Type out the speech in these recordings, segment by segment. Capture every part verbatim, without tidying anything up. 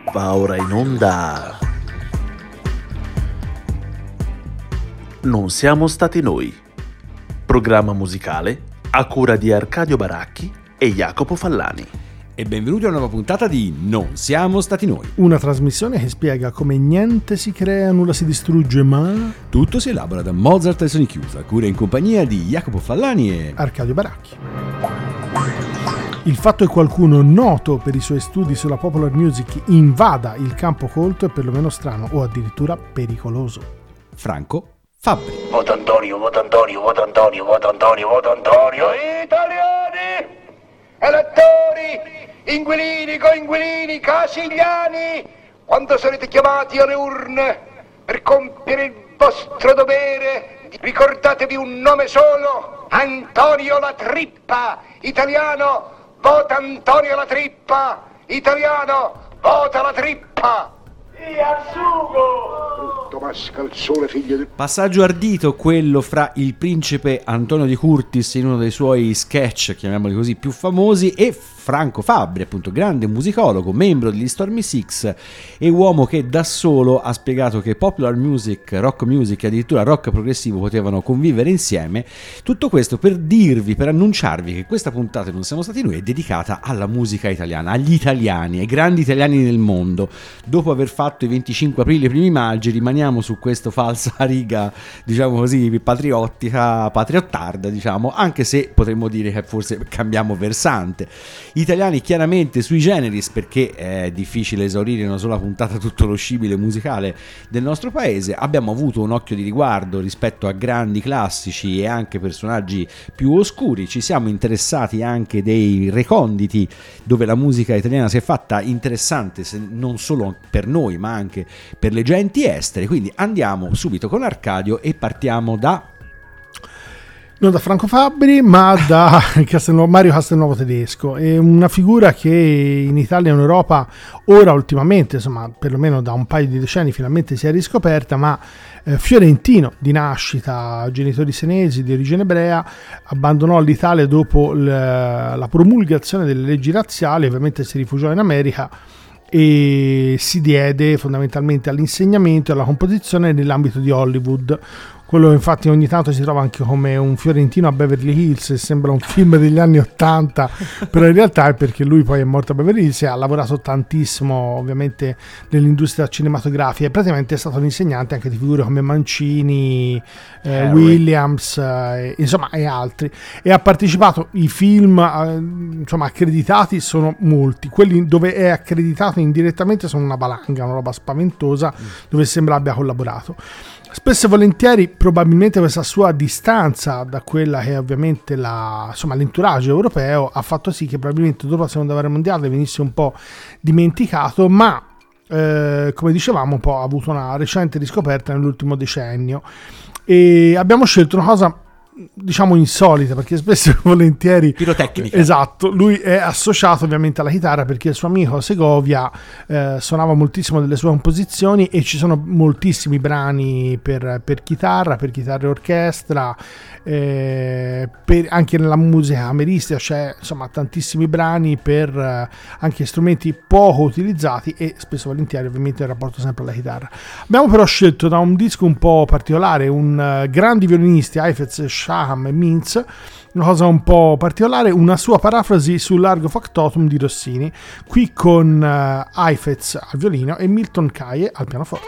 Va ora in onda. Non siamo stati noi. Programma musicale a cura di Arcadio Baracchi e Jacopo Fallani. E benvenuti a una nuova puntata di Non siamo stati noi. Una trasmissione che spiega come niente si crea, nulla si distrugge, ma tutto si elabora da Mozart e Sony Chiusa, cura in compagnia di Jacopo Fallani e Arcadio Baracchi. Il fatto che qualcuno noto per i suoi studi sulla popular music invada il campo colto è perlomeno strano o addirittura pericoloso. Franco Fabbri. Voto Antonio, voto Antonio, voto Antonio, voto Antonio, voto Antonio. Italiani, elettori, inquilini, coinquilini, casigliani, quando sarete chiamati alle urne per compiere il vostro dovere, ricordatevi un nome solo: Antonio La Trippa. Italiano, vota Antonio La Trippa. Italiano, vota La Trippa. Brutto mascalzone, figlio di... Passaggio ardito quello fra il principe Antonio di Curtis in uno dei suoi sketch, chiamiamoli così, più famosi, e Franco Fabbri, appunto grande musicologo, membro degli Stormy Six e uomo che da solo ha spiegato che popular music, rock music e addirittura rock progressivo potevano convivere insieme. Tutto questo per dirvi, per annunciarvi che questa puntata Non siamo stati noi è dedicata alla musica italiana, agli italiani, ai grandi italiani nel mondo. Dopo aver fatto i venticinque aprile, i primi maggi, rimaniamo su questa falsa riga, diciamo così, patriottica, patriottarda, diciamo, anche se potremmo dire che forse cambiamo versante. Italiani chiaramente sui generis, perché è difficile esaurire in una sola puntata tutto lo scibile musicale del nostro paese. Abbiamo avuto un occhio di riguardo rispetto a grandi classici e anche personaggi più oscuri. Ci siamo interessati anche dei reconditi dove la musica italiana si è fatta interessante, se non solo per noi ma anche per le genti estere. Quindi andiamo subito con Arcadio e partiamo da... non da Franco Fabbri, ma da Castelnuovo, Mario Castelnuovo Tedesco. È una figura che in Italia e in Europa ora ultimamente, insomma perlomeno da un paio di decenni, finalmente si è riscoperta, ma eh, fiorentino di nascita, genitori senesi di origine ebrea, abbandonò l'Italia dopo l- la promulgazione delle leggi razziali, ovviamente si rifugiò in America e si diede fondamentalmente all'insegnamento e alla composizione nell'ambito di Hollywood. Quello infatti ogni tanto si trova anche come un fiorentino a Beverly Hills, sembra un film degli anni ottanta, però in realtà è perché lui poi è morto a Beverly Hills e ha lavorato tantissimo ovviamente nell'industria cinematografica e praticamente è stato un insegnante anche di figure come Mancini, eh, Williams, eh, insomma e altri, e ha partecipato, i film eh, insomma accreditati sono molti, quelli dove è accreditato indirettamente sono una valanga, una roba spaventosa, mm. dove sembra abbia collaborato. Spesso e volentieri probabilmente questa sua distanza da quella che è ovviamente la, insomma, l'entourage europeo ha fatto sì che probabilmente dopo la seconda guerra mondiale venisse un po' dimenticato, ma eh, come dicevamo un po' ha avuto una recente riscoperta nell'ultimo decennio e abbiamo scelto una cosa diciamo insolita, perché spesso e volentieri pirotecnica. Esatto, lui è associato ovviamente alla chitarra perché il suo amico Segovia eh, suonava moltissimo delle sue composizioni e ci sono moltissimi brani per, per chitarra, per chitarra e orchestra, eh, per, anche nella musica cameristica c'è insomma tantissimi brani per eh, anche strumenti poco utilizzati e spesso e volentieri ovviamente il rapporto sempre alla chitarra. Abbiamo però scelto da un disco un po' particolare un uh, grandi violinisti, Heifetz, Shaham e Mintz, una cosa un po' particolare, una sua parafrasi sul Largo Factotum di Rossini, qui con uh, Heifetz al violino e Milton Kaye al pianoforte.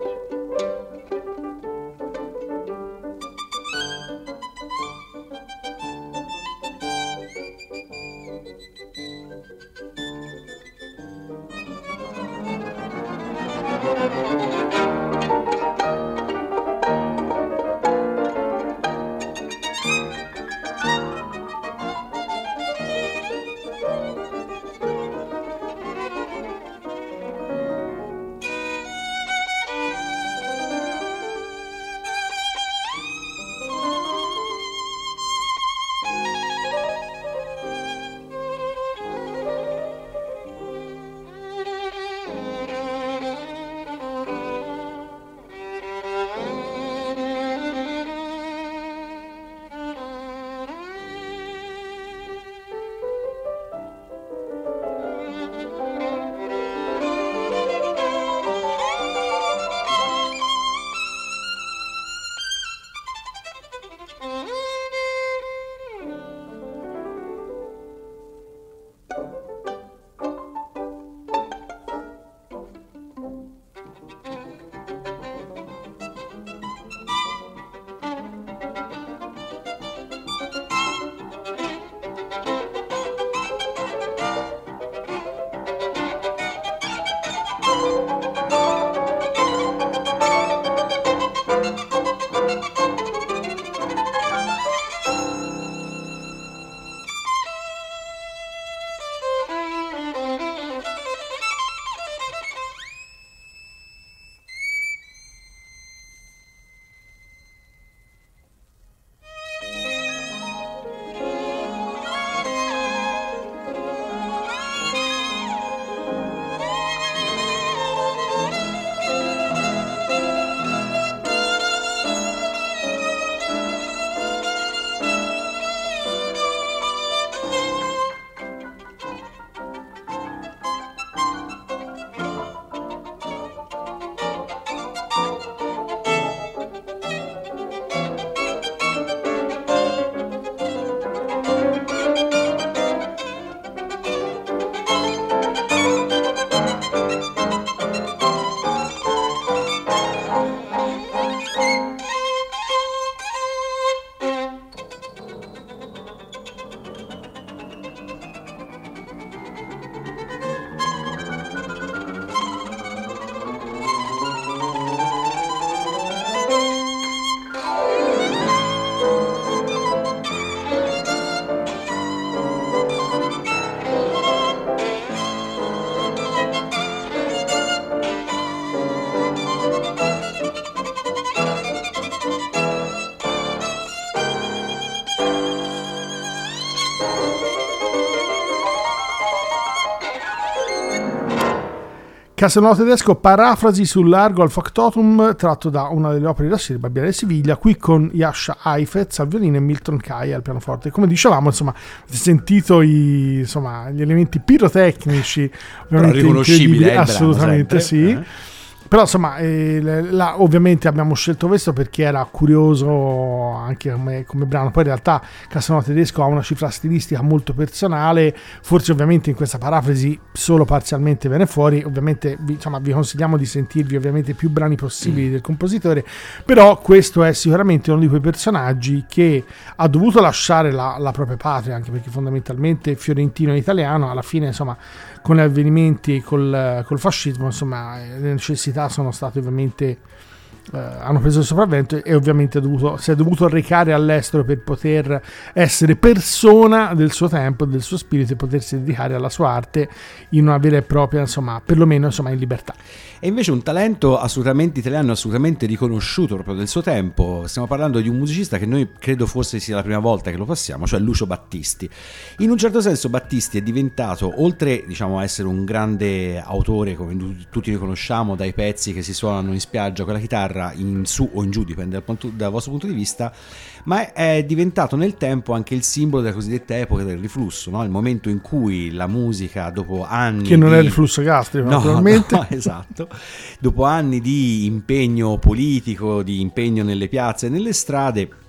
Castelnuovo Tedesco, parafrasi sull'Argo al Factotum, tratto da una delle opere da Sir Barbiere di Siviglia, qui con Jascha Heifetz al violino e Milton Kay al pianoforte. Come dicevamo, insomma, avete sentito i, insomma, gli elementi pirotecnici riconoscibili, eh, assolutamente brano, sì. Eh. Però insomma, eh, là, ovviamente abbiamo scelto questo perché era curioso anche come, come brano. Poi in realtà Castelnuovo Tedesco ha una cifra stilistica molto personale, forse ovviamente in questa parafrasi solo parzialmente viene fuori. Ovviamente vi, insomma, vi consigliamo di sentirvi ovviamente più brani possibili mm. del compositore, però questo è sicuramente uno di quei personaggi che ha dovuto lasciare la, la propria patria, anche perché fondamentalmente fiorentino e italiano, alla fine insomma con gli avvenimenti col, col fascismo, insomma le necessità sono state ovviamente eh, hanno preso il sopravvento e ovviamente dovuto, si è dovuto recare all'estero per poter essere persona del suo tempo, del suo spirito e potersi dedicare alla sua arte in una vera e propria, insomma, perlomeno insomma in libertà. E invece un talento assolutamente italiano, assolutamente riconosciuto proprio del suo tempo. Stiamo parlando di un musicista che noi credo forse sia la prima volta che lo passiamo, cioè Lucio Battisti. In un certo senso Battisti è diventato, oltre diciamo a essere un grande autore, come tutti li conosciamo, dai pezzi che si suonano in spiaggia con la chitarra, in su o in giù, dipende dal, punto, dal vostro punto di vista, ma è diventato nel tempo anche il simbolo della cosiddetta epoca del riflusso, no? Il momento in cui la musica, dopo anni che non di... è il riflusso gastrico, no, naturalmente. No, esatto. Dopo anni di impegno politico, di impegno nelle piazze e nelle strade,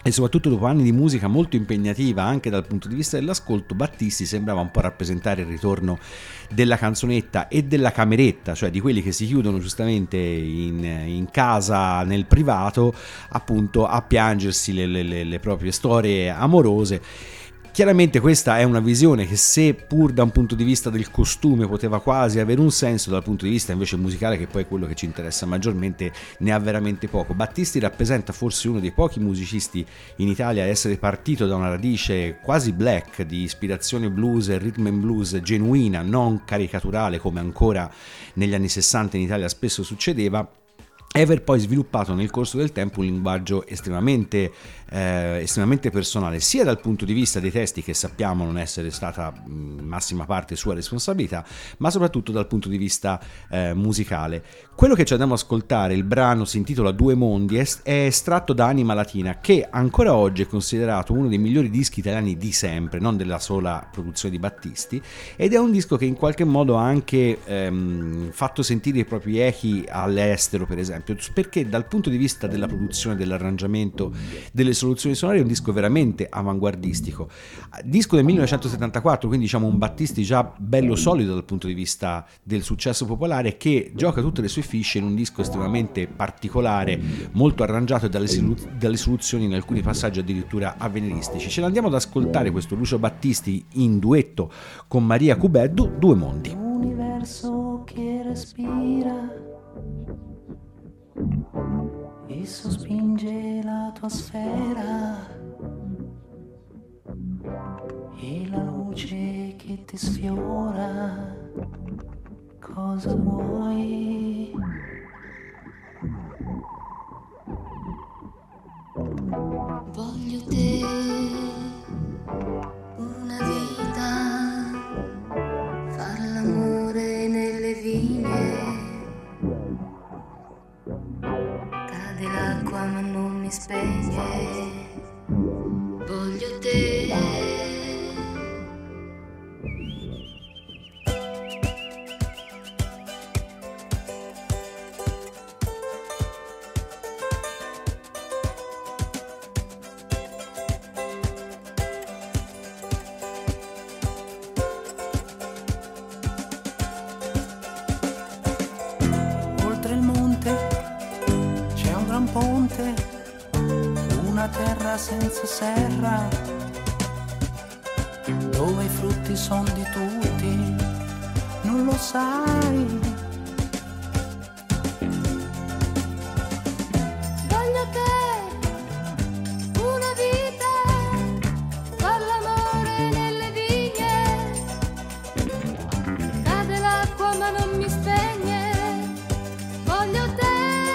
e soprattutto dopo anni di musica molto impegnativa anche dal punto di vista dell'ascolto, Battisti sembrava un po' rappresentare il ritorno della canzonetta e della cameretta, cioè di quelli che si chiudono giustamente in, in casa nel privato appunto a piangersi le, le, le proprie storie amorose. Chiaramente questa è una visione che, se pur da un punto di vista del costume poteva quasi avere un senso, dal punto di vista invece musicale, che poi è quello che ci interessa maggiormente, ne ha veramente poco. Battisti rappresenta forse uno dei pochi musicisti in Italia a essere partito da una radice quasi black, di ispirazione blues e rhythm and blues genuina, non caricaturale come ancora negli anni sessanta in Italia spesso succedeva, e aver poi sviluppato nel corso del tempo un linguaggio estremamente, eh, estremamente personale, sia dal punto di vista dei testi, che sappiamo non essere stata in massima parte sua responsabilità, ma soprattutto dal punto di vista eh, musicale. Quello che ci andiamo ad ascoltare, il brano si intitola Due Mondi, è, è estratto da Anima Latina, che ancora oggi è considerato uno dei migliori dischi italiani di sempre, non della sola produzione di Battisti, ed è un disco che in qualche modo ha anche ehm, fatto sentire i propri echi all'estero, per esempio, perché dal punto di vista della produzione, dell'arrangiamento, delle soluzioni sonore è un disco veramente avanguardistico. Disco del millenovecentosettantaquattro, quindi diciamo un Battisti già bello solido dal punto di vista del successo popolare, che gioca tutte le sue fisce in un disco estremamente particolare, molto arrangiato, e dalle, dalle soluzioni in alcuni passaggi addirittura avveniristici. Ce l'andiamo ad ascoltare questo Lucio Battisti in duetto con Maria Cubeddu, Due Mondi. Universo che respira e sospinge la tua sfera, e la luce che ti sfiora, cosa vuoi? Voglio te, una vita, far l'amore nelle vie. Cade l'acqua ma non mi spegne. Voglio te. Una terra senza serra, dove i frutti son di tutti, non lo sai. Voglio te, una vita, far l'amore nelle vigne, cade l'acqua ma non mi spegne. Voglio te.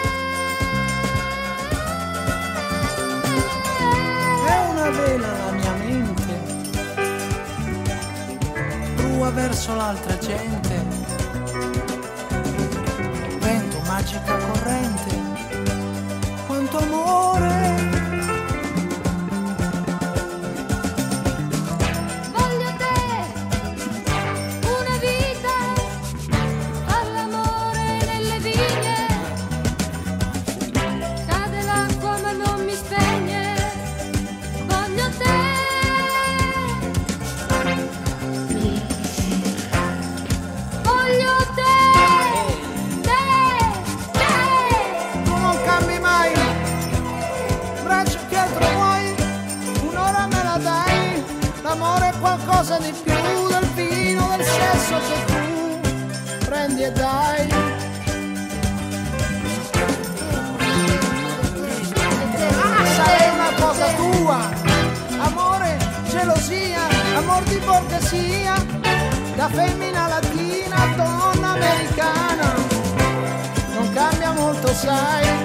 Vela la mia mente, prua verso l'altra gente, vento, magica corrente, quanto amore. Voglio te, una vita, far l'amore nelle vigne, cade l'acqua ma non mi spegne. Qualcosa di più del vino, del sesso che tu prendi e dai. Essa è una cosa tua, amore, gelosia, amor di borghesia, da femmina latina a donna americana, non cambia molto, sai.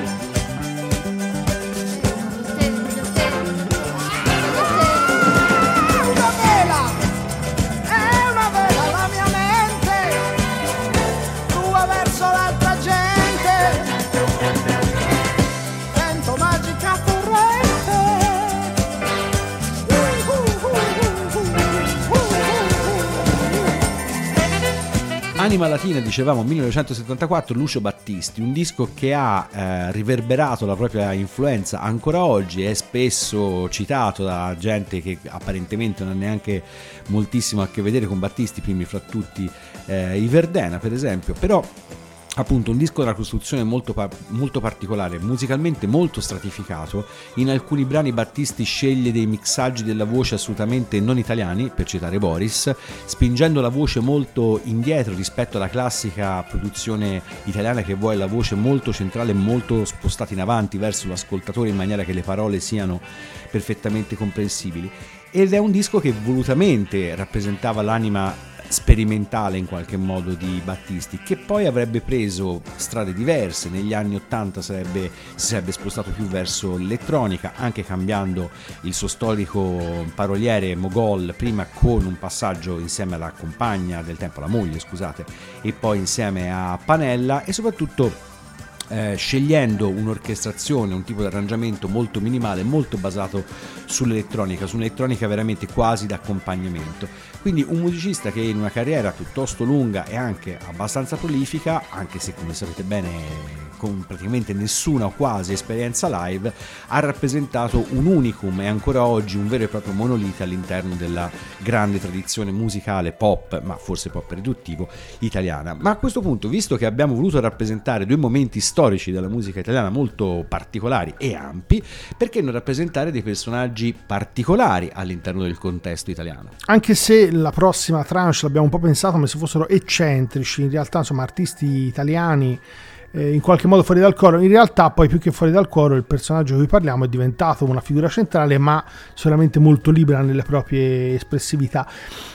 Anima Latina, dicevamo, millenovecentosettantaquattro, Lucio Battisti, un disco che ha eh, riverberato la propria influenza ancora oggi, è spesso citato da gente che apparentemente non ha neanche moltissimo a che vedere con Battisti, primi fra tutti eh, i Verdena per esempio, però appunto un disco della costruzione molto, pa- molto particolare, musicalmente molto stratificato. In alcuni brani Battisti sceglie dei mixaggi della voce assolutamente non italiani, per citare Boris, spingendo la voce molto indietro rispetto alla classica produzione italiana che vuole la voce molto centrale, molto spostata in avanti verso l'ascoltatore in maniera che le parole siano perfettamente comprensibili. Ed è un disco che volutamente rappresentava l'anima sperimentale in qualche modo di Battisti, che poi avrebbe preso strade diverse. Negli anni ottanta sarebbe, si sarebbe spostato più verso l'elettronica, anche cambiando il suo storico paroliere Mogol, prima con un passaggio insieme alla compagna del tempo, la moglie scusate, e poi insieme a Panella, e soprattutto Eh, scegliendo un'orchestrazione, un tipo di arrangiamento molto minimale, molto basato sull'elettronica, su un'elettronica veramente quasi d'accompagnamento. Quindi un musicista che in una carriera piuttosto lunga e anche abbastanza prolifica, anche se come sapete bene con praticamente nessuna o quasi esperienza live, ha rappresentato un unicum e ancora oggi un vero e proprio monolite all'interno della grande tradizione musicale pop, ma forse pop riduttivo, italiana. Ma a questo punto, visto che abbiamo voluto rappresentare due momenti storici della musica italiana molto particolari e ampi, perché non rappresentare dei personaggi particolari all'interno del contesto italiano? Anche se la prossima tranche l'abbiamo un po' pensato come se fossero eccentrici, in realtà insomma artisti italiani eh, in qualche modo fuori dal coro, in realtà poi più che fuori dal coro il personaggio di cui parliamo è diventato una figura centrale, ma solamente molto libera nelle proprie espressività.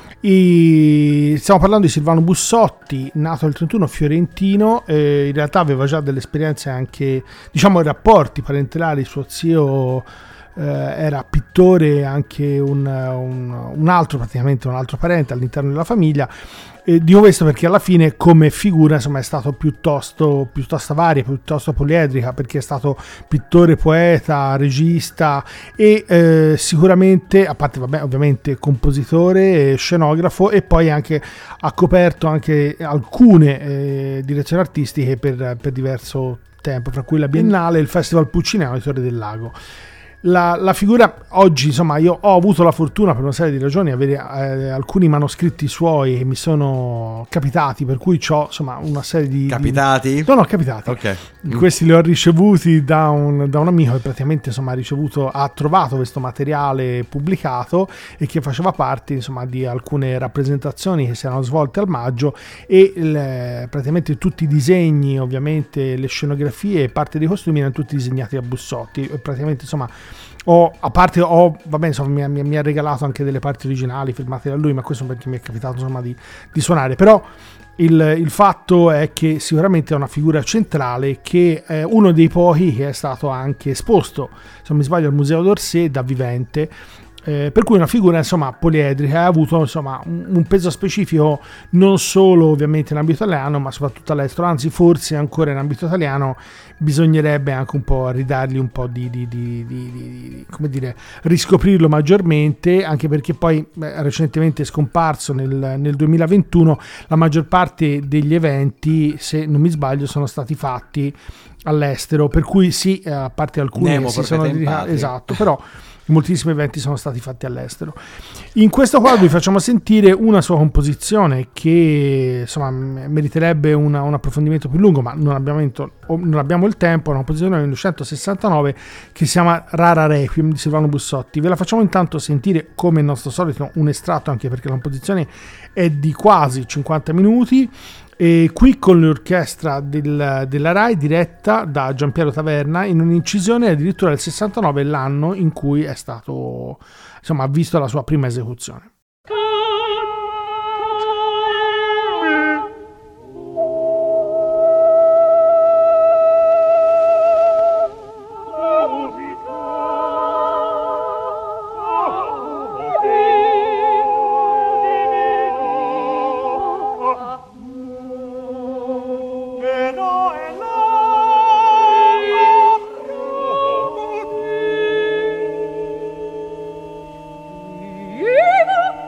E stiamo parlando di Silvano Bussotti, nato il trentuno, fiorentino, eh, in realtà aveva già delle esperienze anche, diciamo, rapporti parentelari. Suo zio eh, era pittore, anche un, un, un altro praticamente un altro parente all'interno della famiglia. E dico questo perché alla fine come figura insomma è stato piuttosto, piuttosto varia, piuttosto poliedrica, perché è stato pittore, poeta, regista e eh, sicuramente, a parte vabbè ovviamente compositore, scenografo, e poi anche ha coperto anche alcune eh, direzioni artistiche per, per diverso tempo, fra cui la Biennale e il Festival Pulcinella di Torre del Lago. La, la figura oggi, insomma, io ho avuto la fortuna per una serie di ragioni di avere eh, alcuni manoscritti suoi che mi sono capitati, per cui ho insomma una serie di capitati? Di... No, no, capitati. Ok. Questi li ho ricevuti da un, da un amico che praticamente insomma ha ricevuto, ha trovato questo materiale pubblicato e che faceva parte insomma di alcune rappresentazioni che si erano svolte al maggio, e le, praticamente tutti i disegni, ovviamente le scenografie e parte dei costumi erano tutti disegnati da Bussotti, e praticamente insomma ho, a parte ho, vabbè insomma mi, mi, mi ha regalato anche delle parti originali firmate da lui, ma questo perché mi è capitato insomma di, di suonare. Però il, il fatto è che sicuramente è una figura centrale, che è uno dei pochi che è stato anche esposto, se non mi sbaglio, al Museo d'Orsay da vivente. Eh, per cui una figura insomma poliedrica, ha avuto insomma un, un peso specifico non solo ovviamente in ambito italiano ma soprattutto all'estero, anzi forse ancora in ambito italiano bisognerebbe anche un po' ridargli un po' di, di, di, di, di come dire, riscoprirlo maggiormente, anche perché poi beh, recentemente è scomparso nel, nel duemilaventuno. La maggior parte degli eventi, se non mi sbaglio, sono stati fatti all'estero, per cui sì, a parte alcuni Nemo, si sono dedicati, esatto, però moltissimi eventi sono stati fatti all'estero. In questo quadro vi facciamo sentire una sua composizione che insomma meriterebbe una, un approfondimento più lungo, ma non abbiamo, non abbiamo il tempo. È una composizione del millenovecentosessantanove che si chiama Rara Requiem di Silvano Bussotti. Ve la facciamo intanto sentire, come il nostro solito, un estratto, anche perché la composizione è di quasi cinquanta minuti. E qui con l'orchestra del, della Rai, diretta da Giampiero Taverna, in un'incisione addirittura del sessantanove, l'anno in cui è stato, insomma, ha visto la sua prima esecuzione. Viva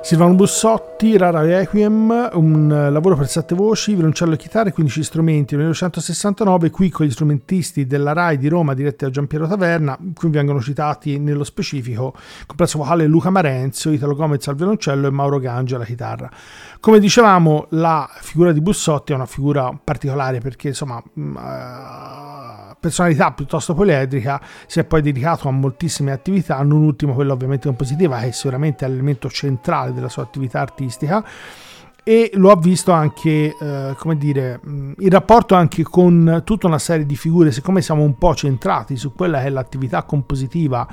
Silvano Bussotti, Rara Requiem, un lavoro per sette voci, violoncello e chitarre, quindici strumenti, millenovecentosessantanove, qui con gli strumentisti della Rai di Roma diretti da Giampiero Taverna, qui vengono citati nello specifico complesso vocale Luca Marenzio, Italo Gomez al violoncello e Mauro Gangi alla chitarra. Come dicevamo, la figura di Bussotti è una figura particolare perché insomma uh, personalità piuttosto poliedrica, si è poi dedicato a moltissime attività, non ultimo quella ovviamente compositiva che sicuramente è l'elemento centrale della sua attività artistica, e lo ha visto anche, eh, come dire, in rapporto anche con tutta una serie di figure. Siccome siamo un po' centrati su quella che è l'attività compositiva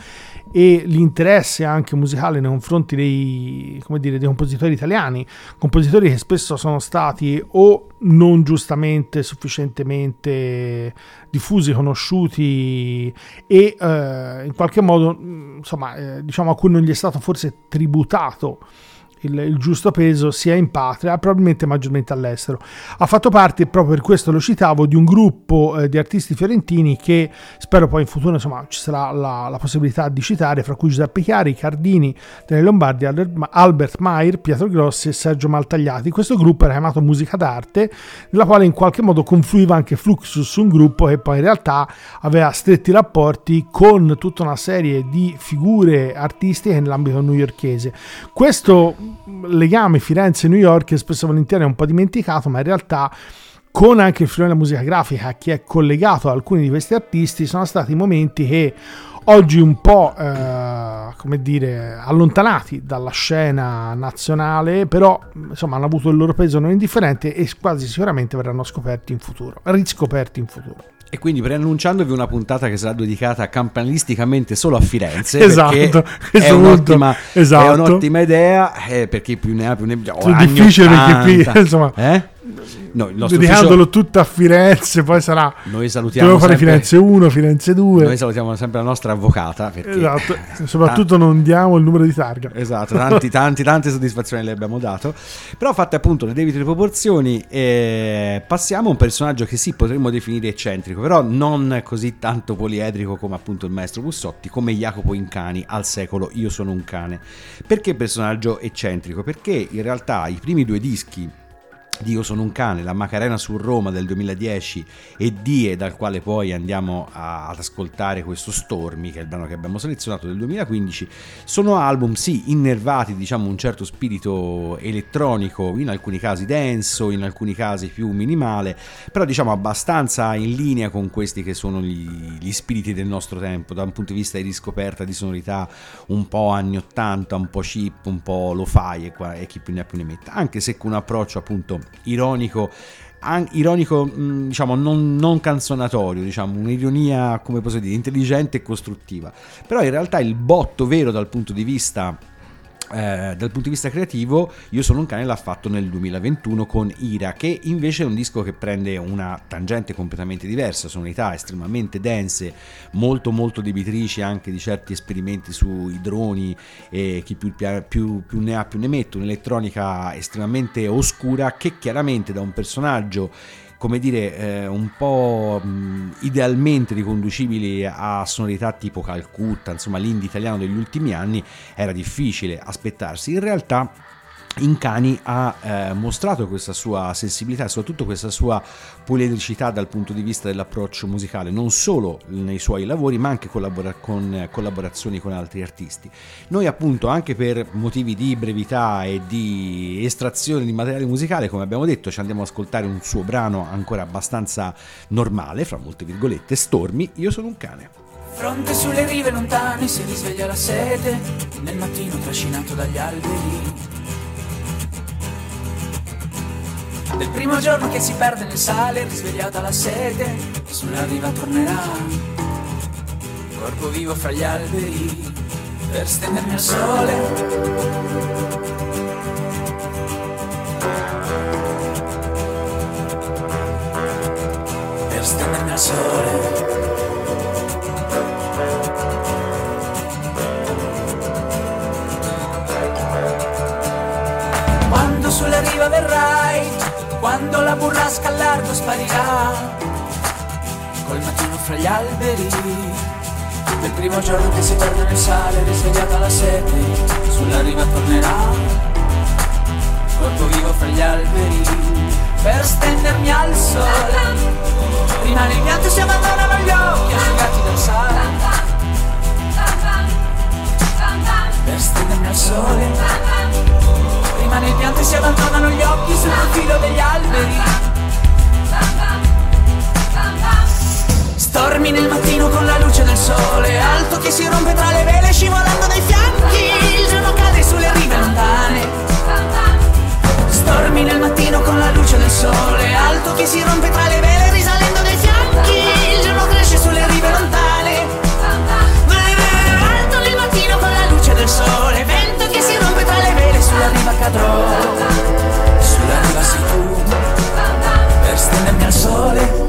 e l'interesse anche musicale nei confronti dei, come dire, dei compositori italiani, compositori che spesso sono stati o non giustamente sufficientemente diffusi, conosciuti e eh, in qualche modo, insomma, eh, diciamo a cui non gli è stato forse tributato Il, il giusto peso sia in patria, probabilmente maggiormente all'estero. Ha fatto parte, proprio per questo lo citavo, di un gruppo eh, di artisti fiorentini che spero poi in futuro insomma ci sarà la, la possibilità di citare, fra cui Giuseppe Chiari, Cardini, Daniele Lombardi, Albert Maier, Pietro Grossi e Sergio Maltagliati. Questo gruppo era chiamato Musica d'Arte, nella quale in qualche modo confluiva anche Fluxus, un gruppo che poi in realtà aveva stretti rapporti con tutta una serie di figure artistiche nell'ambito newyorkese. Questo legame Firenze-New York spesso e volentieri è un po' dimenticato, ma in realtà con anche il filone della musica grafica che è collegato ad alcuni di questi artisti sono stati momenti che oggi un po' eh, come dire allontanati dalla scena nazionale, però insomma hanno avuto il loro peso non indifferente e quasi sicuramente verranno scoperti in futuro, riscoperti in futuro. E quindi preannunciandovi una puntata che sarà dedicata campanilisticamente solo a Firenze, esatto, è un'ottima, esatto. è un'ottima idea, eh, perché più ne ha più ne ha. Oh, è difficile perché qui, insomma, eh? No, il nostro dedicandolo ufficio... tutto a Firenze, poi sarà. Noi salutiamo. Dobbiamo fare sempre... Firenze uno, Firenze due. Noi salutiamo sempre la nostra avvocata. Perché... Esatto, soprattutto non diamo il numero di targa. Esatto, tanti, tanti, tante soddisfazioni le abbiamo dato. Però fatte appunto le debite proporzioni, eh, passiamo a un personaggio che sì, potremmo definire eccentrico, però non così tanto poliedrico come appunto il maestro Bussotti, come Jacopo Incani al secolo Io sono un cane. Perché personaggio eccentrico? Perché in realtà i primi due dischi di Io sono un cane, la Macarena su Roma del duemiladieci e Die, dal quale poi andiamo a, ad ascoltare questo Stormi, che è il brano che abbiamo selezionato del duemilaquindici, sono album sì innervati, diciamo un certo spirito elettronico, in alcuni casi denso, in alcuni casi più minimale, però diciamo abbastanza in linea con questi che sono gli, gli spiriti del nostro tempo, da un punto di vista di riscoperta di sonorità un po' anni ottanta, un po' chip, un po' lo-fi e, qua, e chi più ne ha più ne metta, anche se con un approccio appunto ironico, an- ironico mh, diciamo non, non canzonatorio, diciamo un'ironia, come posso dire, intelligente e costruttiva. Però in realtà il botto vero dal punto di vista Eh, dal punto di vista creativo Io sono un cane l'ha fatto nel duemilaventuno con Ira, che invece è un disco che prende una tangente completamente diversa, sonorità estremamente dense, molto molto debitrici anche di certi esperimenti sui droni e chi più, più, più ne ha più ne mette, un'elettronica estremamente oscura che chiaramente da un personaggio come dire, eh, un po' mh, idealmente riconducibili a sonorità tipo Calcutta, insomma l'indie italiano degli ultimi anni, era difficile aspettarsi. In realtà Incani ha eh, mostrato questa sua sensibilità e soprattutto questa sua poliedricità dal punto di vista dell'approccio musicale, non solo nei suoi lavori ma anche collabora- con eh, collaborazioni con altri artisti. Noi appunto, anche per motivi di brevità e di estrazione di materiale musicale, come abbiamo detto, ci andiamo ad ascoltare un suo brano ancora abbastanza normale, fra molte virgolette, Stormi, Io sono un cane. Fronte sulle rive lontane si risveglia la sete, nel mattino trascinato dagli alberi. Del primo giorno che si perde nel sale, risvegliata la sete, sulla riva tornerà, corpo vivo fra gli alberi, per stendermi al sole. Per stendermi al sole. Quando sulla riva verrai, quando la burrasca al largo sparirà, col mattino fra gli alberi, del primo giorno che si perde nel sale, risvegliata la sete, sulla riva tornerà, alberi per stendermi al sole. Rimane il pianto e si abbandonano gli occhi asciugati dal sale per stendermi al sole. Rimane il pianto e si abbandonano gli occhi sul profilo degli alberi. Stormi nel mattino con la luce del sole, alto che si rompe tra le vele scivolando dai fianchi, il giorno cade sulle rive lontane. Stormi nel mattino con la luce del sole, alto che si rompe tra le vele risalendo dai fianchi, il giorno cresce sulle rive lontane. Alto nel mattino con la luce del sole, vento che si rompe tra le vele, sulla riva cadrò, sulla riva sei tu, per stendermi al sole.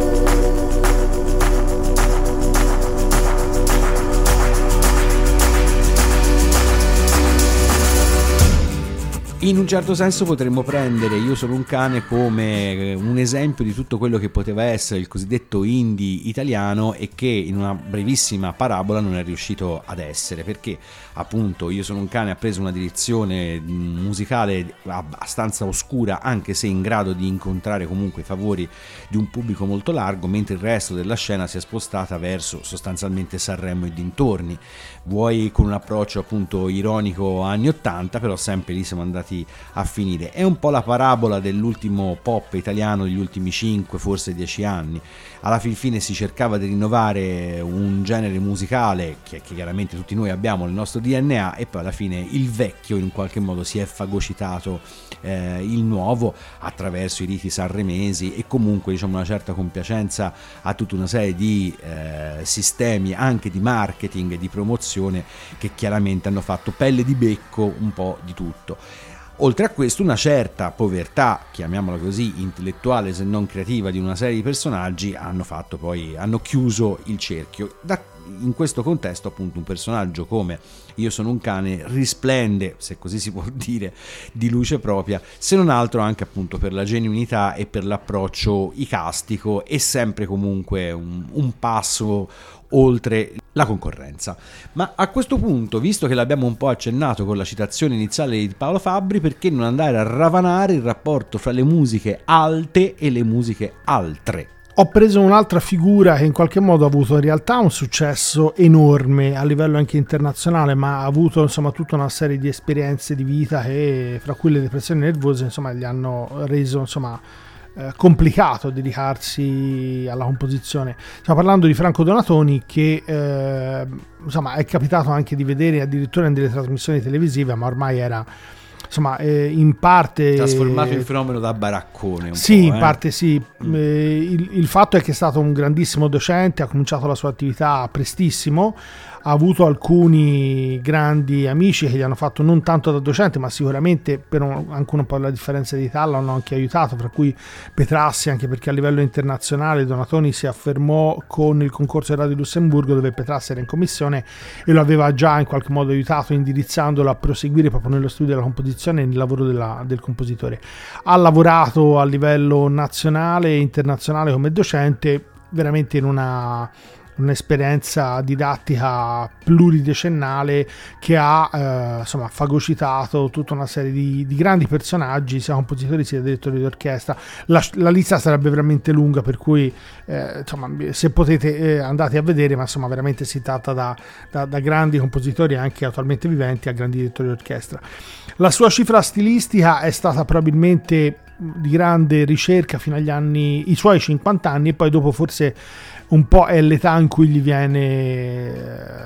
In un certo senso potremmo prendere Io sono un cane come un esempio di tutto quello che poteva essere il cosiddetto indie italiano e che in una brevissima parabola non è riuscito ad essere, perché appunto Io sono un cane ha preso una direzione musicale abbastanza oscura, anche se in grado di incontrare comunque i favori di un pubblico molto largo, mentre il resto della scena si è spostata verso sostanzialmente Sanremo e dintorni, vuoi con un approccio appunto ironico anni ottanta, però sempre lì siamo andati a finire. È un po' la parabola dell'ultimo pop italiano degli ultimi cinque, forse dieci anni. Alla fin fine si cercava di rinnovare un genere musicale che, che chiaramente tutti noi abbiamo nel nostro D N A, e poi alla fine il vecchio in qualche modo si è fagocitato eh, il nuovo attraverso i riti sanremesi e comunque diciamo una certa compiacenza a tutta una serie di eh, sistemi anche di marketing e di promozione che chiaramente hanno fatto pelle di becco un po' di tutto. Oltre a questo una certa povertà, chiamiamola così, intellettuale se non creativa di una serie di personaggi hanno fatto poi, hanno chiuso il cerchio. Da, in questo contesto appunto un personaggio come Io sono un cane risplende, se così si può dire, di luce propria, se non altro anche appunto per la genuinità e per l'approccio icastico e sempre comunque un, un passo oltre la concorrenza. Ma a questo punto, visto che l'abbiamo un po' accennato con la citazione iniziale di Paolo Fabbri, perché non andare a ravanare il rapporto fra le musiche alte e le musiche altre? Ho preso un'altra figura che in qualche modo ha avuto in realtà un successo enorme a livello anche internazionale, ma ha avuto insomma tutta una serie di esperienze di vita che, fra cui le depressioni nervose, insomma gli hanno reso insomma eh, complicato dedicarsi alla composizione. Stiamo parlando di Franco Donatoni, che eh, insomma è capitato anche di vedere addirittura in delle trasmissioni televisive, ma ormai era insomma eh, in parte trasformato in fenomeno da baraccone un sì po', in eh? parte sì mm. eh, il, il fatto è che è stato un grandissimo docente, ha cominciato la sua attività prestissimo, ha avuto alcuni grandi amici che gli hanno fatto non tanto da docente, ma sicuramente per un, anche un po' la differenza di età l'hanno anche aiutato, fra cui Petrassi, anche perché a livello internazionale Donatoni si affermò con il concorso di Radio Lussemburgo, dove Petrassi era in commissione e lo aveva già in qualche modo aiutato, indirizzandolo a proseguire proprio nello studio della composizione e nel lavoro della, del compositore. Ha lavorato a livello nazionale e internazionale come docente, veramente in una un'esperienza didattica pluridecennale che ha eh, insomma fagocitato tutta una serie di, di grandi personaggi, sia compositori sia direttori d'orchestra. La, la lista sarebbe veramente lunga, per cui eh, insomma se potete eh, andate a vedere, ma insomma veramente si tratta da, da, da grandi compositori anche attualmente viventi a grandi direttori d'orchestra. La sua cifra stilistica è stata probabilmente di grande ricerca fino agli anni, i suoi cinquanta anni, e poi dopo forse un po' è l'età in cui gli viene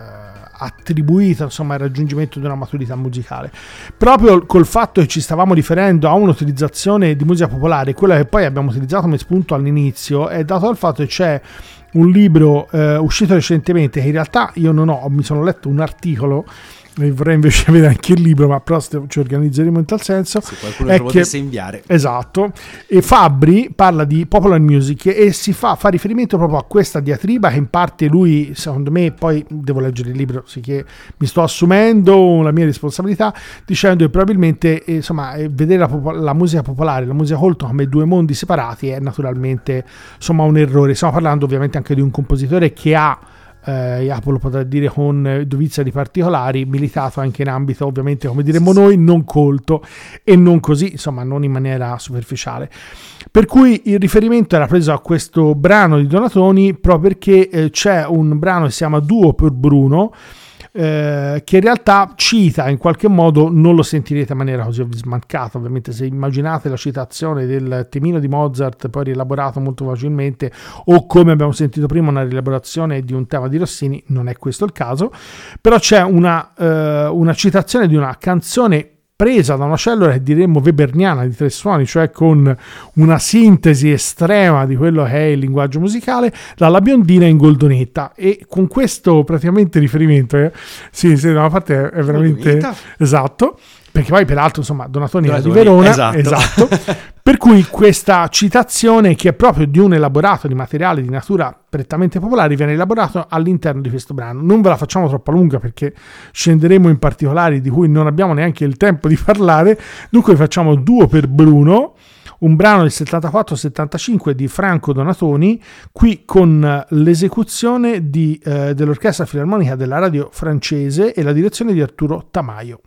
attribuita insomma il raggiungimento di una maturità musicale. Proprio col fatto che ci stavamo riferendo a un'utilizzazione di musica popolare, quella che poi abbiamo utilizzato come spunto all'inizio, è dato dal fatto che c'è un libro eh, uscito recentemente, che in realtà io non ho, mi sono letto un articolo, vorrei invece avere anche il libro, ma però ci organizzeremo in tal senso. Se qualcuno lo potesse inviare. Esatto. E Fabbri parla di popular music e si fa, fa riferimento proprio a questa diatriba che in parte lui, secondo me, poi devo leggere il libro, sicché mi sto assumendo la mia responsabilità, dicendo che probabilmente eh, insomma vedere la, pop- la musica popolare e la musica colto come due mondi separati è naturalmente insomma un errore. Stiamo parlando ovviamente anche di un compositore che ha eh, Jacopo lo potrà dire con dovizia di particolari, militato anche in ambito ovviamente, come diremmo noi, non colto e non così, insomma non in maniera superficiale. Per cui il riferimento era preso a questo brano di Donatoni proprio perché eh, c'è un brano che si chiama Duo per Bruno, Eh, che in realtà cita in qualche modo, non lo sentirete in maniera così smancata ovviamente, se immaginate la citazione del temino di Mozart poi rielaborato molto facilmente, o come abbiamo sentito prima una rielaborazione di un tema di Rossini, non è questo il caso, però c'è una, eh, una citazione di una canzone presa da una cellula che diremmo weberniana di tre suoni, cioè con una sintesi estrema di quello che è il linguaggio musicale, dalla biondina in Goldonetta, e con questo praticamente riferimento eh, sì, sì, da una parte è veramente Goldonetta. Esatto, perché poi peraltro insomma Donatoni era di Verona, esatto, esatto. Per cui questa citazione, che è proprio di un elaborato di materiale di natura prettamente popolare, viene elaborato all'interno di questo brano. Non ve la facciamo troppo lunga perché scenderemo in particolari di cui non abbiamo neanche il tempo di parlare, dunque facciamo Duo per Bruno, un brano del settantaquattro settantacinque di Franco Donatoni, qui con l'esecuzione di, eh, dell'Orchestra Filarmonica della Radio Francese e la direzione di Arturo Tamayo.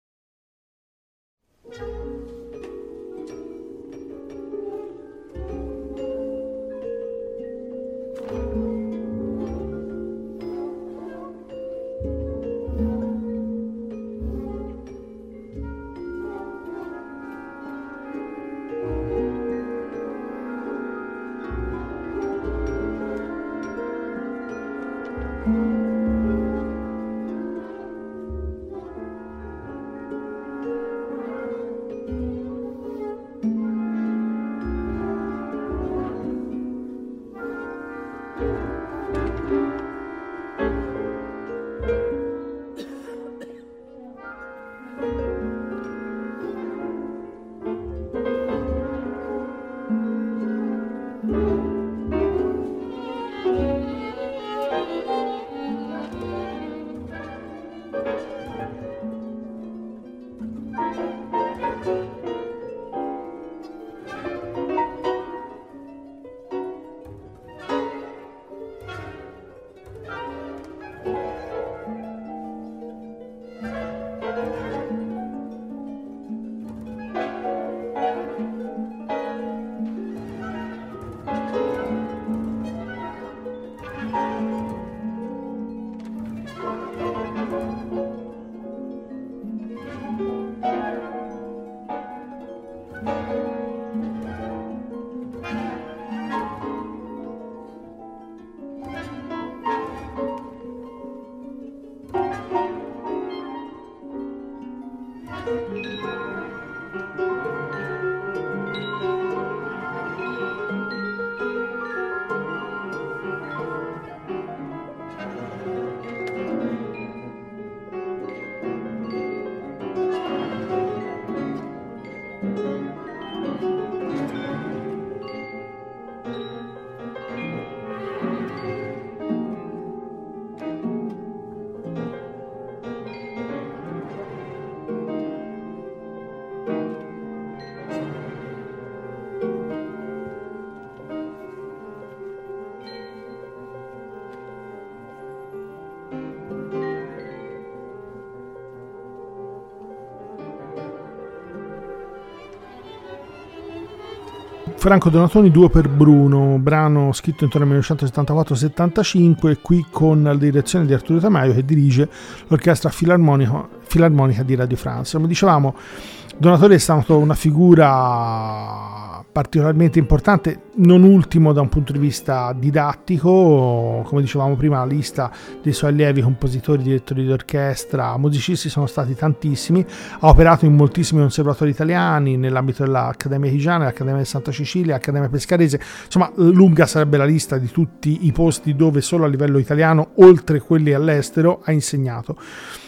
Franco Donatoni, Duo per Bruno, brano scritto intorno al millenovecentosettantaquattro settantacinque, qui con la direzione di Arturo Tamayo, che dirige l'Orchestra Filarmonica di Radio France. Come dicevamo, Donatoni è stato una figura particolarmente importante, non ultimo da un punto di vista didattico. Come dicevamo prima, la lista dei suoi allievi, compositori, direttori di orchestra, musicisti sono stati tantissimi. Ha operato in moltissimi conservatori italiani nell'ambito dell'Accademia Chigiana, l'Accademia di Santa Cecilia, l'Accademia Pescarese. Insomma, lunga sarebbe la lista di tutti i posti dove solo a livello italiano, oltre quelli all'estero, ha insegnato.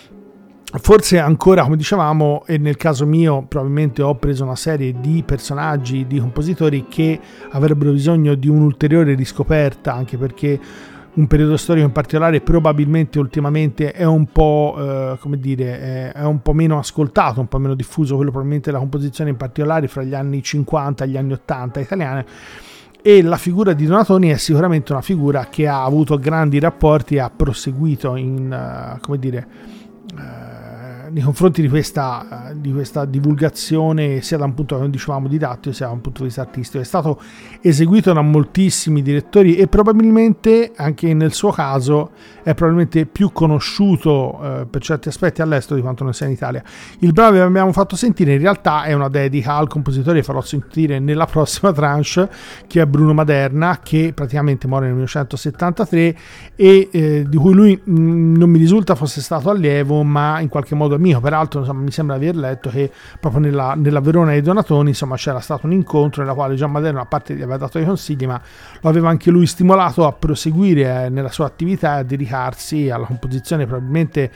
Forse ancora, come dicevamo, e nel caso mio probabilmente ho preso una serie di personaggi, di compositori che avrebbero bisogno di un'ulteriore riscoperta, anche perché un periodo storico in particolare probabilmente ultimamente è un po' eh, come dire è un po' meno ascoltato, un po' meno diffuso, quello probabilmente la composizione in particolare fra gli anni cinquanta e gli anni ottanta italiane. e la figura di Donatoni è sicuramente una figura che ha avuto grandi rapporti e ha proseguito in, uh, come dire, uh, nei confronti di questa, di questa divulgazione, sia da un punto, come dicevamo, didattico, sia da un punto di vista artistico. È stato eseguito da moltissimi direttori e probabilmente anche nel suo caso è probabilmente più conosciuto eh, per certi aspetti all'estero di quanto non sia in Italia. Il brano che abbiamo fatto sentire in realtà è una dedica al compositore che farò sentire nella prossima tranche, che è Bruno Maderna, che praticamente muore nel millenovecentosettantatré e eh, di cui lui mh, non mi risulta fosse stato allievo, ma in qualche modo amico. Peraltro, insomma, mi sembra di aver letto che proprio nella, nella Verona dei Donatoni, insomma, c'era stato un incontro nella quale Gian Maderna, a parte gli aveva dato dei consigli, ma lo aveva anche lui stimolato a proseguire eh, nella sua attività e a dedicarsi alla composizione. Probabilmente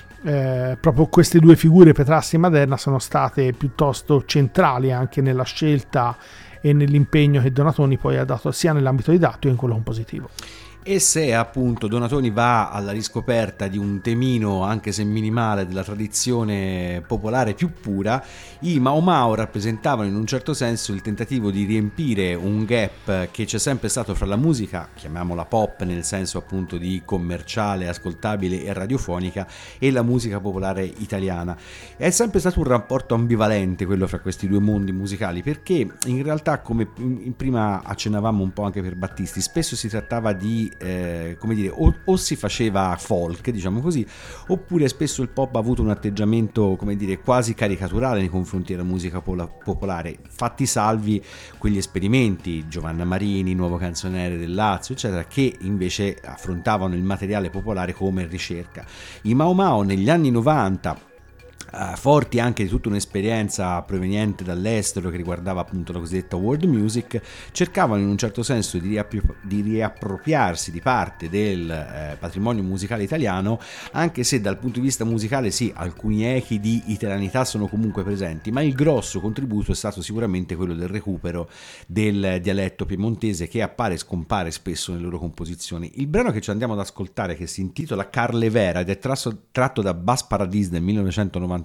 eh, proprio queste due figure, Petrassi e Maderna, sono state piuttosto centrali anche nella scelta e nell'impegno che Donatoni poi ha dato sia nell'ambito didattico che in quello compositivo. E se appunto Donatoni va alla riscoperta di un temino, anche se minimale, della tradizione popolare più pura, i Mau Mau rappresentavano in un certo senso il tentativo di riempire un gap che c'è sempre stato fra la musica, chiamiamola pop nel senso appunto di commerciale, ascoltabile e radiofonica, e la musica popolare italiana. È sempre stato un rapporto ambivalente quello fra questi due mondi musicali, perché in realtà, come prima accennavamo un po' anche per Battisti, spesso si trattava di Eh, come dire, o, o si faceva folk, diciamo così, oppure spesso il pop ha avuto un atteggiamento, come dire, quasi caricaturale nei confronti della musica pola- popolare, fatti salvi quegli esperimenti, Giovanna Marini, Nuovo Canzoniere del Lazio, eccetera, che invece affrontavano il materiale popolare come ricerca. I Mau Mau negli anni novanta, Uh, forti anche di tutta un'esperienza proveniente dall'estero che riguardava appunto la cosiddetta world music, cercavano in un certo senso di, riappri- di riappropriarsi di parte del eh, patrimonio musicale italiano, anche se dal punto di vista musicale sì, alcuni echi di italianità sono comunque presenti, ma il grosso contributo è stato sicuramente quello del recupero del dialetto piemontese, che appare e scompare spesso nelle loro composizioni. Il brano che ci andiamo ad ascoltare, che si intitola Carle Vera ed è trasso, tratto da Bas Paradis del millenovecentonovantaquattro,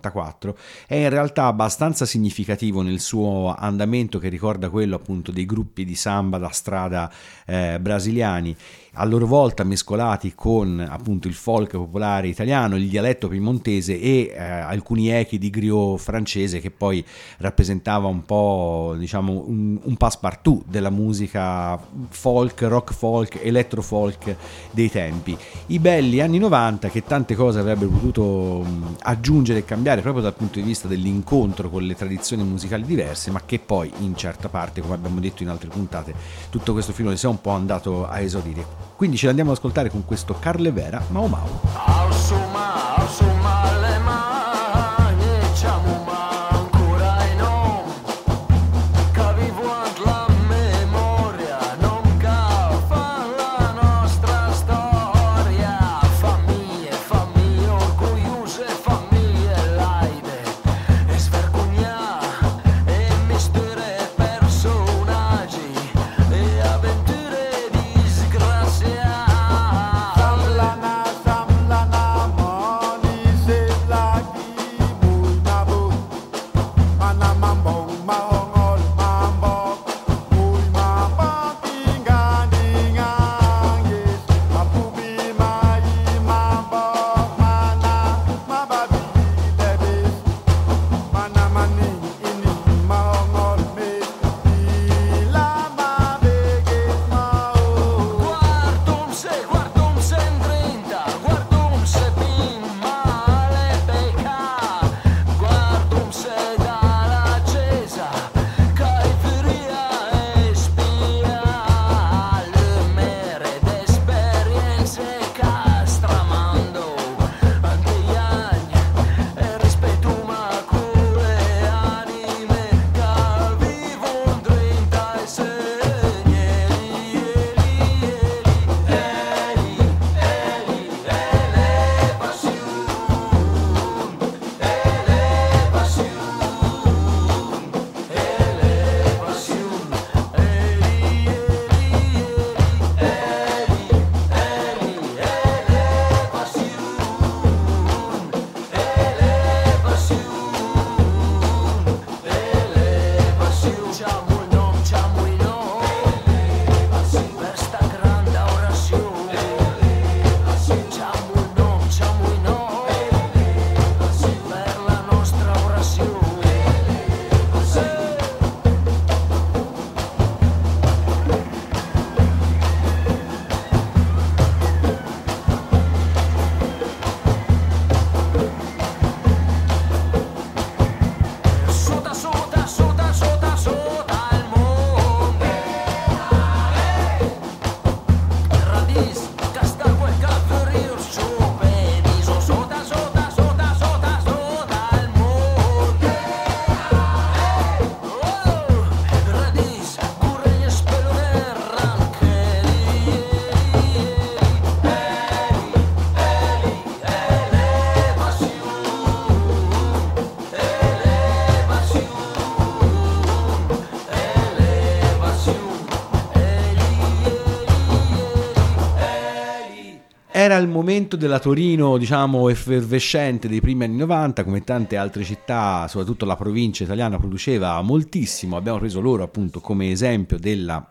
è in realtà abbastanza significativo nel suo andamento, che ricorda quello appunto dei gruppi di samba da strada eh, brasiliani, a loro volta mescolati con appunto il folk popolare italiano, il dialetto piemontese e eh, alcuni echi di griot francese, che poi rappresentava un po', diciamo, un, un passepartout della musica folk, rock folk, electro folk dei tempi. I belli anni novanta, che tante cose avrebbero potuto mh, aggiungere e cambiare proprio dal punto di vista dell'incontro con le tradizioni musicali diverse, ma che poi in certa parte, come abbiamo detto in altre puntate, tutto questo filone si è un po' andato a esaurire. Quindi ce l'andiamo ad ascoltare con questo Carle Vera, Mau Mau. Alsuma, alsuma le mani, diciamo ma ancora e no, che vivo la memoria, non che fa la nostra storia, famiglie, famiglie orgogliose, famiglie laide, e svergogna, e misture personaggi, e avventure disgraziate. Samlana, samlana, moni, Era il momento della Torino, diciamo, effervescente dei primi anni novanta, come tante altre città, soprattutto la provincia italiana produceva moltissimo. Abbiamo preso loro appunto come esempio della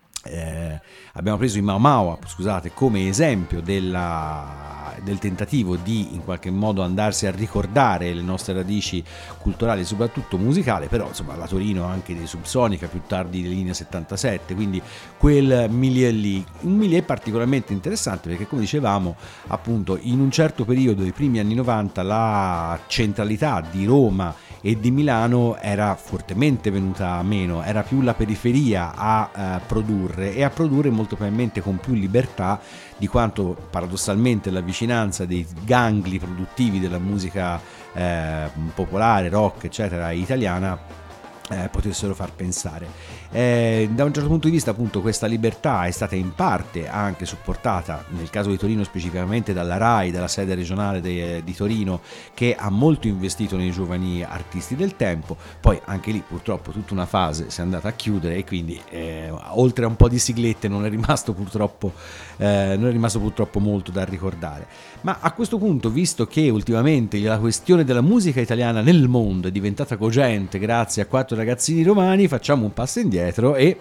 eh, abbiamo preso i Mau Mau, scusate, come esempio della, del tentativo di in qualche modo andarsi a ricordare le nostre radici culturali, soprattutto musicali, però insomma la Torino anche di Subsonica, più tardi di Linea settantasette, quindi quel milieu lì, un milieu particolarmente interessante perché, come dicevamo, appunto in un certo periodo dei primi anni novanta la centralità di Roma e di Milano era fortemente venuta meno, era più la periferia a eh, produrre e a produrre molto probabilmente con più libertà di quanto paradossalmente la vicinanza dei gangli produttivi della musica eh, popolare, rock eccetera italiana Eh, potessero far pensare. Eh, da un certo punto di vista appunto questa libertà è stata in parte anche supportata, nel caso di Torino specificamente, dalla RAI, dalla sede regionale de, di Torino, che ha molto investito nei giovani artisti del tempo. Poi anche lì purtroppo tutta una fase si è andata a chiudere e quindi eh, oltre a un po' di siglette non è rimasto purtroppo eh, non è rimasto purtroppo molto da ricordare. Ma a questo punto, visto che ultimamente la questione della musica italiana nel mondo è diventata cogente grazie a quattro ragazzini romani, facciamo un passo indietro e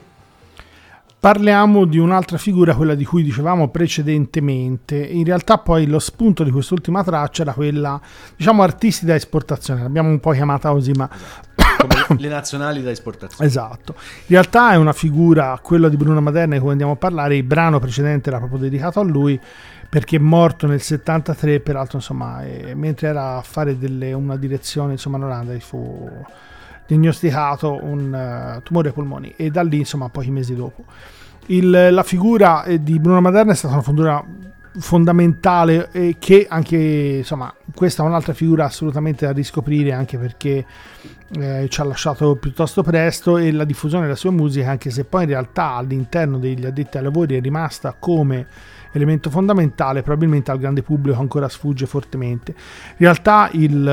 parliamo di un'altra figura, quella di cui dicevamo precedentemente. In realtà poi lo spunto di quest'ultima traccia era quella, diciamo, artisti da esportazione, l'abbiamo un po' chiamata così, ma come le nazionali da esportazione. Esatto. In realtà è una figura, quella di Bruno Maderna di cui andiamo a parlare. Il brano precedente era proprio dedicato a lui perché è morto nel settantatré, peraltro insomma, eh, mentre era a fare delle, una direzione insomma in Olanda, fu diagnosticato un uh, tumore ai polmoni e da lì insomma pochi mesi dopo. Il, la figura di Bruno Maderna è stata una figura fondamentale e che anche insomma questa è un'altra figura assolutamente da riscoprire, anche perché eh, ci ha lasciato piuttosto presto, e la diffusione della sua musica, anche se poi in realtà all'interno degli addetti ai lavori è rimasta come elemento fondamentale, probabilmente al grande pubblico ancora sfugge fortemente. In realtà il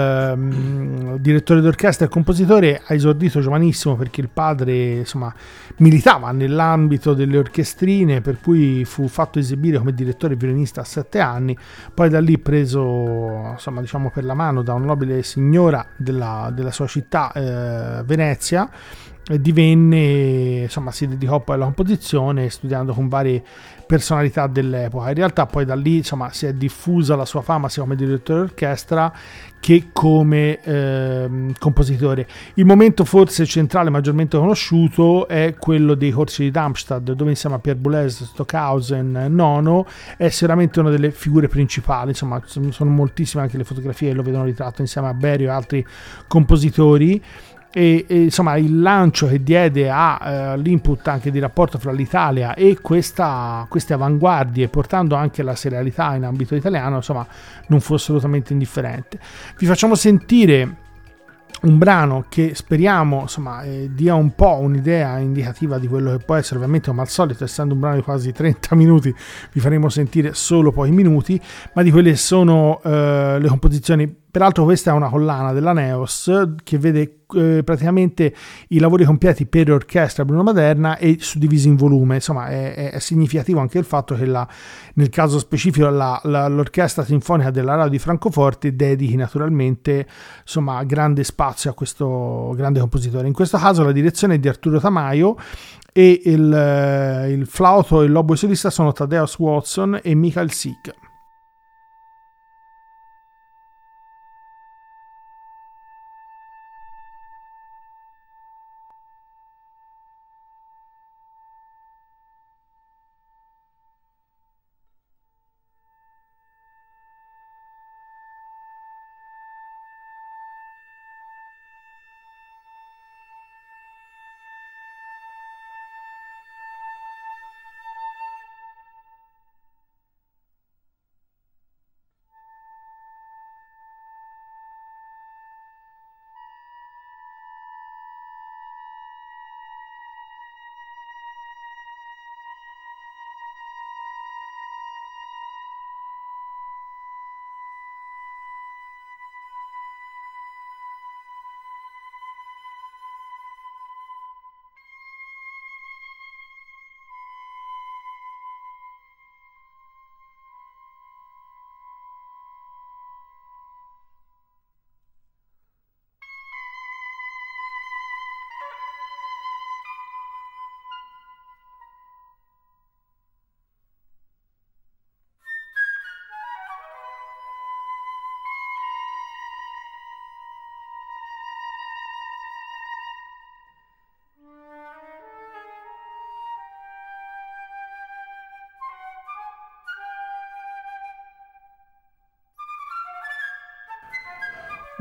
um, direttore d'orchestra e compositore ha esordito giovanissimo perché il padre insomma militava nell'ambito delle orchestrine, per cui fu fatto esibire come direttore violinista a sette anni, poi da lì preso insomma diciamo per la mano da una nobile signora della, della sua città, eh, Venezia, e divenne insomma si dedicò poi alla composizione studiando con varie personalità dell'epoca. In realtà poi da lì insomma si è diffusa la sua fama sia come direttore d'orchestra che come eh, compositore. Il momento forse centrale maggiormente conosciuto è quello dei corsi di Darmstadt, dove insieme a Pierre Boulez, Stockhausen, Nono è sicuramente una delle figure principali. Insomma sono moltissime anche le fotografie che lo vedono ritratto insieme a Berio e altri compositori. E, e insomma il lancio che diede all'input uh, anche di rapporto fra l'Italia e questa, queste avanguardie, portando anche la serialità in ambito italiano, insomma non fu assolutamente indifferente. Vi facciamo sentire un brano che speriamo insomma eh, dia un po' un'idea indicativa di quello che può essere, ovviamente come al solito essendo un brano di quasi trenta minuti vi faremo sentire solo pochi minuti, ma di quelle sono eh, le composizioni. Peraltro questa è una collana della Neos che vede eh, praticamente i lavori completi per orchestra Bruno Maderna e suddivisi in volume. Insomma è, è significativo anche il fatto che la, nel caso specifico la, la, l'orchestra sinfonica della Radio di Francoforte dedichi naturalmente insomma grande spazio a questo grande compositore. In questo caso la direzione è di Arturo Tamayo e il, il flauto e l'oboe solista sono Thaddeus Watson e Michael Sieg.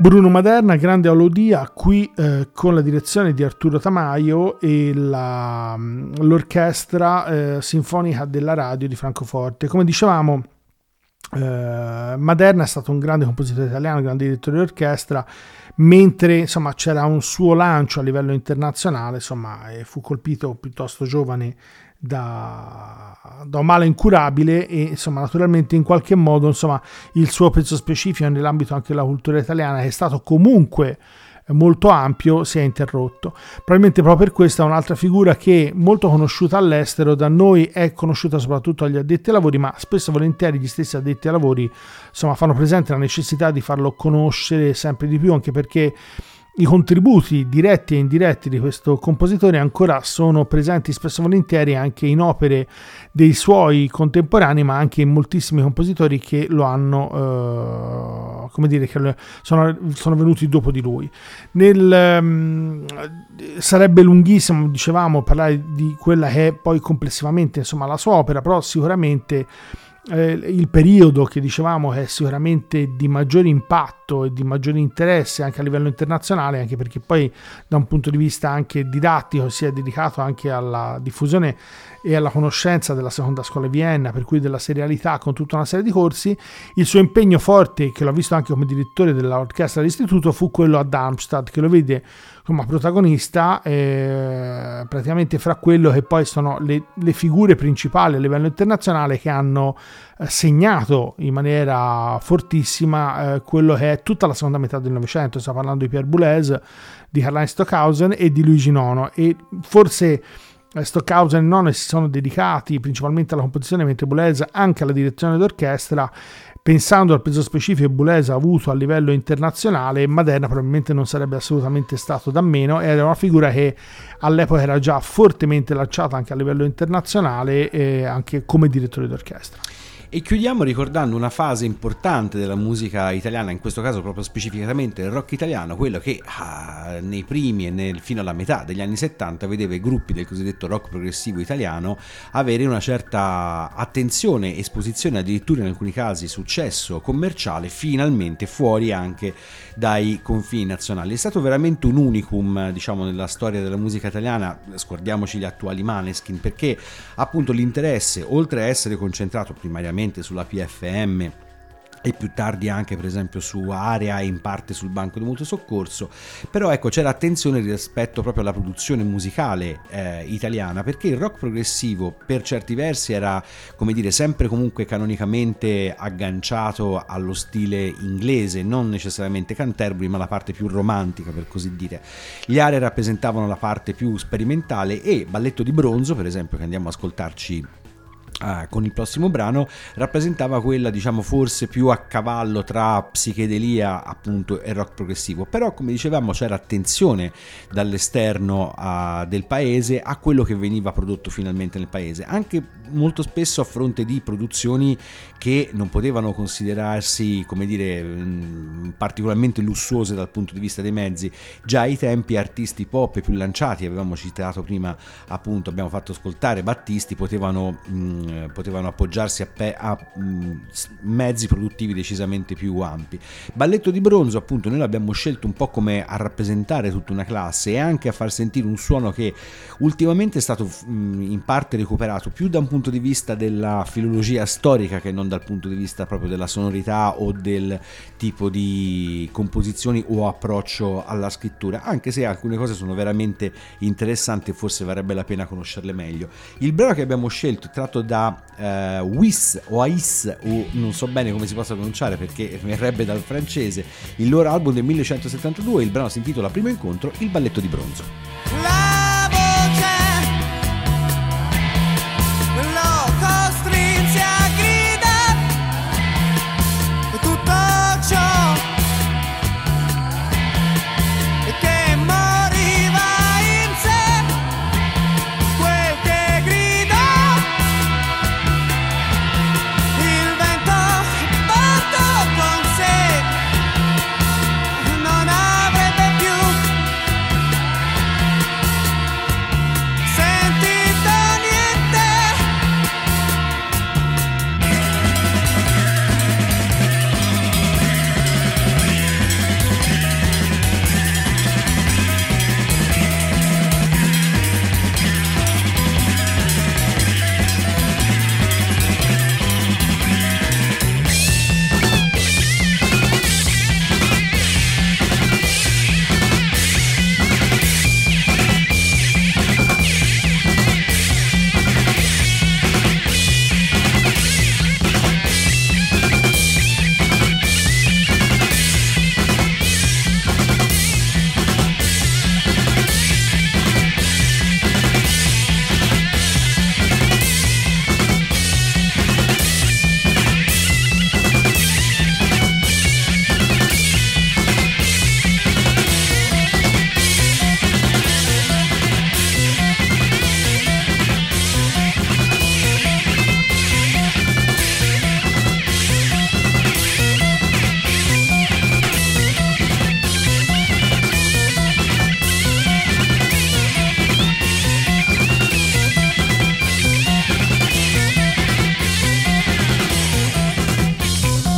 Bruno Maderna, grande olodia, qui eh, con la direzione di Arturo Tamaio e la, l'orchestra eh, sinfonica della radio di Francoforte. Come dicevamo, eh, Maderna è stato un grande compositore italiano, un grande direttore di orchestra, mentre insomma c'era un suo lancio a livello internazionale, insomma, e fu colpito piuttosto giovane da, da un male incurabile e insomma naturalmente in qualche modo insomma il suo pezzo specifico nell'ambito anche della cultura italiana, che è stato comunque molto ampio, si è interrotto. Probabilmente proprio per questo è un'altra figura che è molto conosciuta all'estero, da noi è conosciuta soprattutto agli addetti ai lavori, ma spesso e volentieri gli stessi addetti ai lavori insomma fanno presente la necessità di farlo conoscere sempre di più, anche perché i contributi diretti e indiretti di questo compositore ancora sono presenti spesso e volentieri anche in opere dei suoi contemporanei, ma anche in moltissimi compositori che lo hanno, eh, come dire, che sono, sono venuti dopo di lui. Nel, um, sarebbe lunghissimo, dicevamo, parlare di quella che è poi complessivamente insomma la sua opera, però sicuramente Eh, il periodo che dicevamo che è sicuramente di maggiore impatto e di maggiore interesse anche a livello internazionale, anche perché poi da un punto di vista anche didattico si è dedicato anche alla diffusione e alla conoscenza della seconda scuola di Vienna, per cui della serialità con tutta una serie di corsi. Il suo impegno forte, che l'ho visto anche come direttore dell'orchestra dell'istituto, fu quello a Darmstadt, che lo vede come protagonista eh, praticamente fra quello che poi sono le, le figure principali a livello internazionale che hanno eh, segnato in maniera fortissima eh, quello che è tutta la seconda metà del Novecento. Sto parlando di Pierre Boulez, di Karlheinz Stockhausen e di Luigi Nono, e forse Stockhausen e Nono si sono dedicati principalmente alla composizione, mentre Boulez anche alla direzione d'orchestra, pensando al peso specifico che Boulez ha avuto a livello internazionale. Maderna probabilmente non sarebbe assolutamente stato da meno, era una figura che all'epoca era già fortemente lanciata anche a livello internazionale, eh, anche come direttore d'orchestra. E chiudiamo ricordando una fase importante della musica italiana, in questo caso proprio specificatamente il rock italiano, quello che ah, nei primi e nel, fino alla metà degli anni settanta vedeva i gruppi del cosiddetto rock progressivo italiano avere una certa attenzione, esposizione, addirittura in alcuni casi successo commerciale, finalmente fuori anche dai confini nazionali. È stato veramente un unicum, diciamo, nella storia della musica italiana. Scordiamoci gli attuali Maneskin, perché appunto l'interesse, oltre a essere concentrato primariamente sulla P F M e più tardi anche per esempio su Area e in parte sul Banco di Mutuo Soccorso, però ecco c'era attenzione rispetto proprio alla produzione musicale eh, italiana, perché il rock progressivo per certi versi era, come dire, sempre comunque canonicamente agganciato allo stile inglese, non necessariamente Canterbury ma la parte più romantica, per così dire. Gli Area rappresentavano la parte più sperimentale e Balletto di Bronzo, per esempio, che andiamo a ascoltarci Ah, con il prossimo brano, rappresentava quella, diciamo, forse più a cavallo tra psichedelia appunto e rock progressivo. Però, come dicevamo, c'era attenzione dall'esterno uh, del paese a quello che veniva prodotto finalmente nel paese, anche molto spesso a fronte di produzioni che non potevano considerarsi, come dire, mh, particolarmente lussuose dal punto di vista dei mezzi. Già ai tempi artisti pop più lanciati, avevamo citato prima appunto, abbiamo fatto ascoltare Battisti, potevano mh, potevano appoggiarsi a, pe- a mh, mezzi produttivi decisamente più ampi. Balletto di Bronzo, appunto, noi l'abbiamo scelto un po' come a rappresentare tutta una classe e anche a far sentire un suono che ultimamente è stato mh, in parte recuperato più da un punto di vista della filologia storica che non dal punto di vista proprio della sonorità o del tipo di composizioni o approccio alla scrittura, anche se alcune cose sono veramente interessanti e forse varrebbe la pena conoscerle meglio. Il brano che abbiamo scelto è tratto da Uh, Wiss o Ais, o non so bene come si possa pronunciare perché verrebbe dal francese, il loro album del millenovecentosettantadue. Il brano si intitola Primo Incontro, il Balletto di Bronzo. La voce lo costrinse a gridare e tutto ciò che moriva in sé, quel che gridò.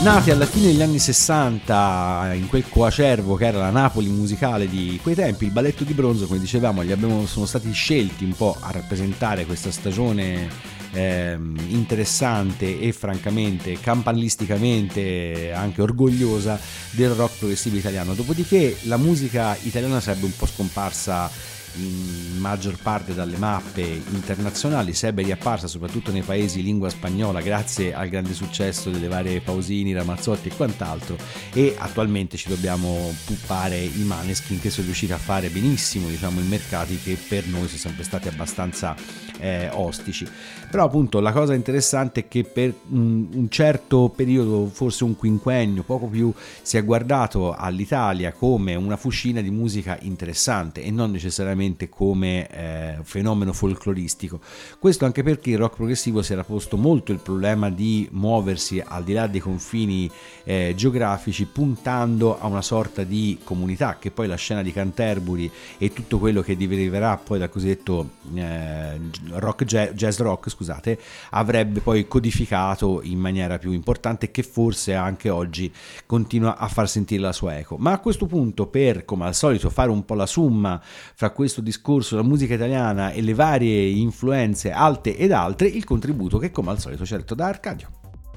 Nati alla fine degli anni sessanta in quel coacervo che era la Napoli musicale di quei tempi, il Balletto di Bronzo, come dicevamo, gli abbiamo, sono stati scelti un po' a rappresentare questa stagione eh, interessante e francamente campanilisticamente anche orgogliosa del rock progressivo italiano. Dopodiché la musica italiana sarebbe un po' scomparsa in maggior parte dalle mappe internazionali, sarebbe riapparsa soprattutto nei paesi di lingua spagnola grazie al grande successo delle varie Pausini, Ramazzotti e quant'altro, e attualmente ci dobbiamo puppare i Maneskin, che sono riusciti a fare benissimo, diciamo, in mercati che per noi sono sempre stati abbastanza eh, ostici. Però appunto la cosa interessante è che per un, un certo periodo, forse un quinquennio, poco più, si è guardato all'Italia come una fucina di musica interessante e non necessariamente come eh, fenomeno folcloristico. Questo anche perché il rock progressivo si era posto molto il problema di muoversi al di là dei confini eh, geografici, puntando a una sorta di comunità che poi la scena di Canterbury e tutto quello che deriverà poi dal cosiddetto eh, rock jazz, jazz rock, scusate, avrebbe poi codificato in maniera più importante, che forse anche oggi continua a far sentire la sua eco. Ma a questo punto, per come al solito fare un po' la somma fra questo discorso, la musica italiana e le varie influenze alte ed altre, il contributo che come al solito certo da Arcadio.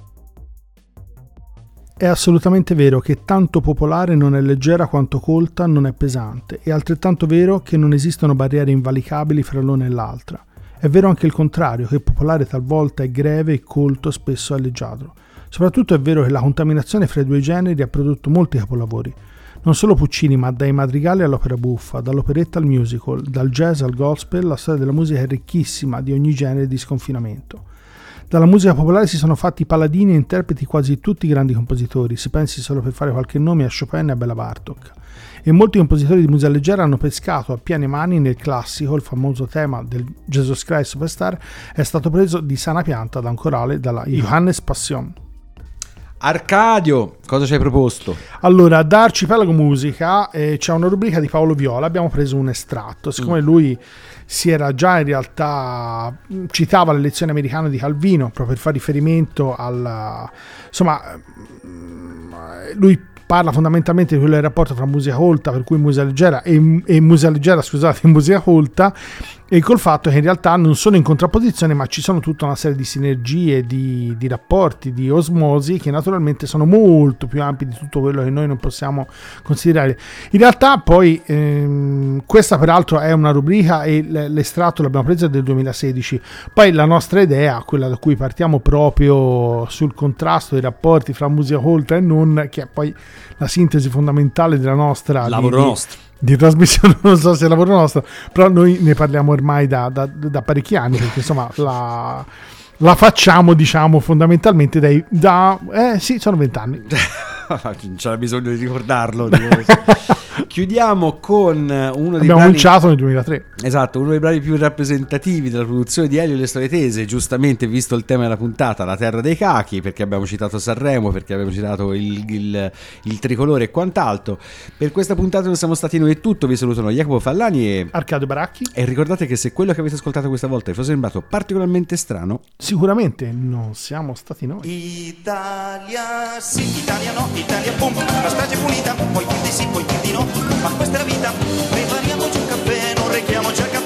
È assolutamente vero che tanto popolare non è leggera quanto colta non è pesante, è altrettanto vero che non esistono barriere invalicabili fra l'una e l'altra. È vero anche il contrario, che popolare talvolta è greve e colto spesso è leggiadro. Soprattutto è vero che la contaminazione fra i due generi ha prodotto molti capolavori. Non solo Puccini, ma dai madrigali all'opera buffa, dall'operetta al musical, dal jazz al gospel, la storia della musica è ricchissima di ogni genere di sconfinamento. Dalla musica popolare si sono fatti paladini e interpreti quasi tutti i grandi compositori, si pensi solo per fare qualche nome a Chopin e a Bela Bartok. E molti compositori di musica leggera hanno pescato a piene mani nel classico, il famoso tema del Jesus Christ Superstar è stato preso di sana pianta da un corale dalla Johannes Passion. Arcadio, cosa ci hai proposto? Allora, da Arcipelago Musica eh, c'è una rubrica di Paolo Viola, abbiamo preso un estratto, siccome mm. lui si era già in realtà citava le lezioni americane di Calvino proprio per fare riferimento al, insomma, lui parla fondamentalmente di quello del rapporto tra musica colta, per cui musica leggera e, e musica leggera, scusate, e musica colta, e col fatto che in realtà non sono in contrapposizione, ma ci sono tutta una serie di sinergie, di, di rapporti, di osmosi che naturalmente sono molto più ampi di tutto quello che noi non possiamo considerare. In realtà poi ehm, questa peraltro è una rubrica e l'estratto l'abbiamo preso del duemilasedici, poi la nostra idea, quella da cui partiamo proprio sul contrasto dei rapporti fra musica colta e non, che è poi la sintesi fondamentale della nostra lavoro di, nostro di trasmissione, non so se è lavoro nostro, però noi ne parliamo ormai da, da, da parecchi anni, perché insomma la, la facciamo, diciamo, fondamentalmente dai, da eh sì, sono vent'anni. Non c'era bisogno di ricordarlo. Chiudiamo con uno dei abbiamo brani, cominciato nel duemilatré, esatto, uno dei brani più rappresentativi della produzione di Elio e le storie tese, giustamente visto il tema della puntata, La terra dei cachi, perché abbiamo citato Sanremo, perché abbiamo citato il, il, il tricolore e quant'altro. Per questa puntata non siamo stati noi, è tutto, vi salutano Jacopo Fallani e Arcadio Baracchi, e ricordate che se quello che avete ascoltato questa volta vi fosse sembrato particolarmente strano, sicuramente non siamo stati noi. Italia sì, Italia no, Italia boom, la strage pulita, poi più di sì, poi più di no, ma questa è la vita, prepariamoci un caffè, non rechiamoci a